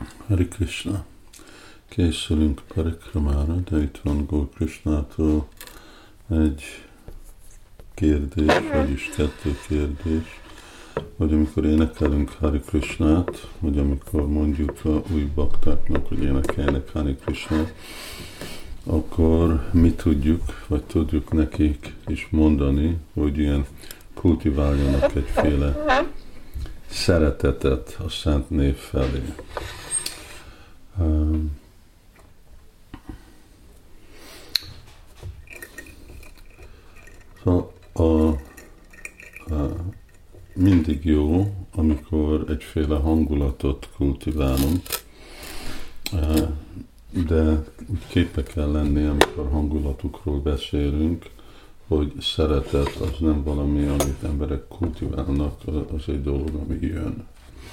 Hare Krishna. Készülünk parikramára, de itt van Góra Krishnától egy kérdés, vagyis kettő kérdés, hogy amikor énekelünk Hare Krishnát, vagy amikor mondjuk a új baktáknak, hogy énekelnek Hare Krishnát, akkor mi tudjuk, vagy tudjuk nekik is mondani, hogy ilyen kultiváljanak egyféle szeretetet a Szent Név felé. Szóval mindig jó, amikor egyféle hangulatot kultiválunk, de úgy képbe kell lenni, amikor hangulatukról beszélünk, hogy szeretet az nem valami, amit emberek kultiválnak, az egy dolog, ami jön.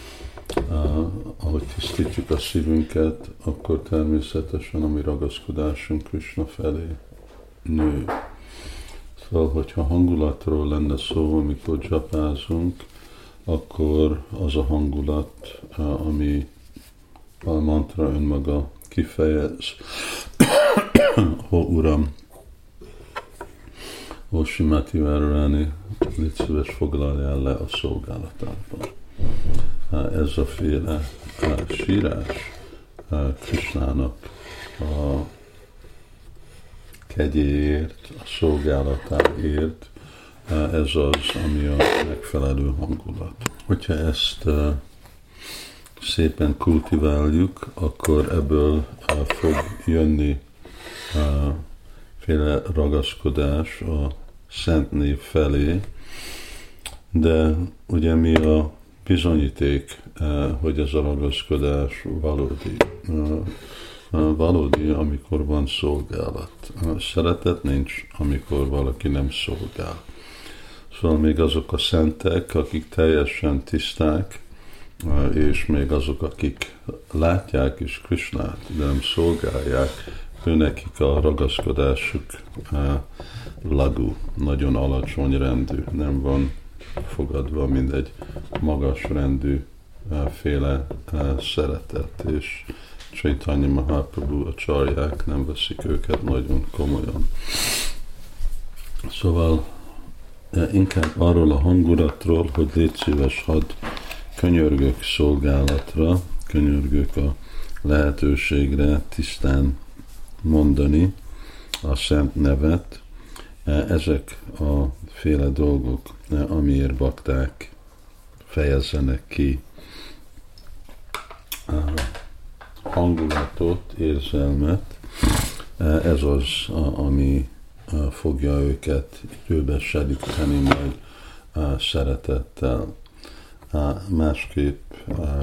Ahogy tisztítjuk a szívünket, akkor természetesen a mi ragaszkodásunk Krishna felé nő. Szóval, hogyha hangulatról lenne szó, amikor dzsapázunk, akkor az a hangulat, ami a mantra önmaga kifejez. Ó, Uram, ó, Simati Várráni, légy szíves, foglaljál le a szolgálatában. Ez a féle sírás Krishnának a kegyéért, a szolgálatáért, ez az, ami a megfelelő hangulat. Hogyha ezt szépen kultiváljuk, akkor ebből fog jönni féle ragaszkodás a Szent Név felé, de ugye mi a bizonyíték, hogy ez a ragaszkodás valódi. Valódi, amikor van szolgálat. Szeretet nincs, amikor valaki nem szolgál. Szóval még azok a szentek, akik teljesen tiszták, és még azok, akik látják is Krishnát, de nem szolgálják, őnekik a ragaszkodásuk lagú, nagyon alacsony rendű, nem van fogadva, mint egy magas rendű féle szeretet, és Chaitanya Mahaprabhu a csarják nem veszik őket nagyon komolyan. Szóval inkább arról a hangulatról, hogy légy szíves, hadd könyörgök szolgálatra, könyörgök a lehetőségre tisztán mondani a szent nevet. Ezek a féle dolgok, amiért bakták fejezzenek ki hangulatot, érzelmet, ez az, ami fogja őket időbe seríteni majd szeretettel. Másképp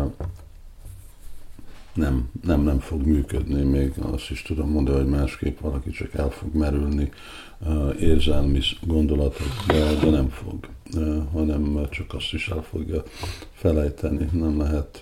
nem fog működni, még azt is tudom mondani, hogy másképp valaki csak el fog merülni érzelmi gondolatokba, de nem fog, hanem csak azt is el fogja felejteni. Nem lehet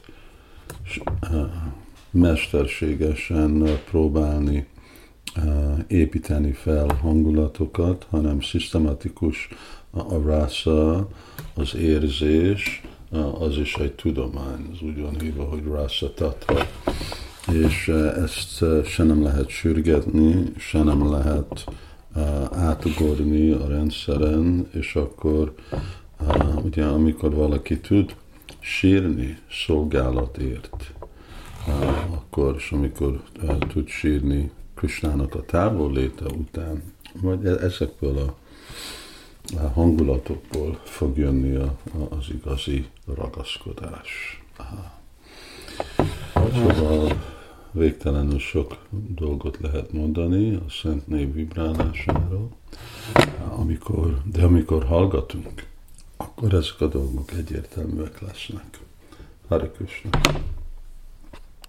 mesterségesen próbálni építeni fel hangulatokat, hanem szisztematikus a rasa, az érzés, az is egy tudomány, az úgy van hívva, hogy rasa tattva, és ezt se nem lehet sürgetni, se nem lehet átugorni a rendszeren, és akkor ugye amikor valaki tud sírni szolgálatért, akkor, és amikor tud sírni Krishnának a távolléte után, vagy ezekből a hangulatokból fog jönni az igazi ragaszkodás. Szóval végtelenül sok dolgot lehet mondani a Szent Név vibrálásáról, de amikor hallgatunk, akkor ezek a dolgok egyértelműek lesznek. Hare Krishna!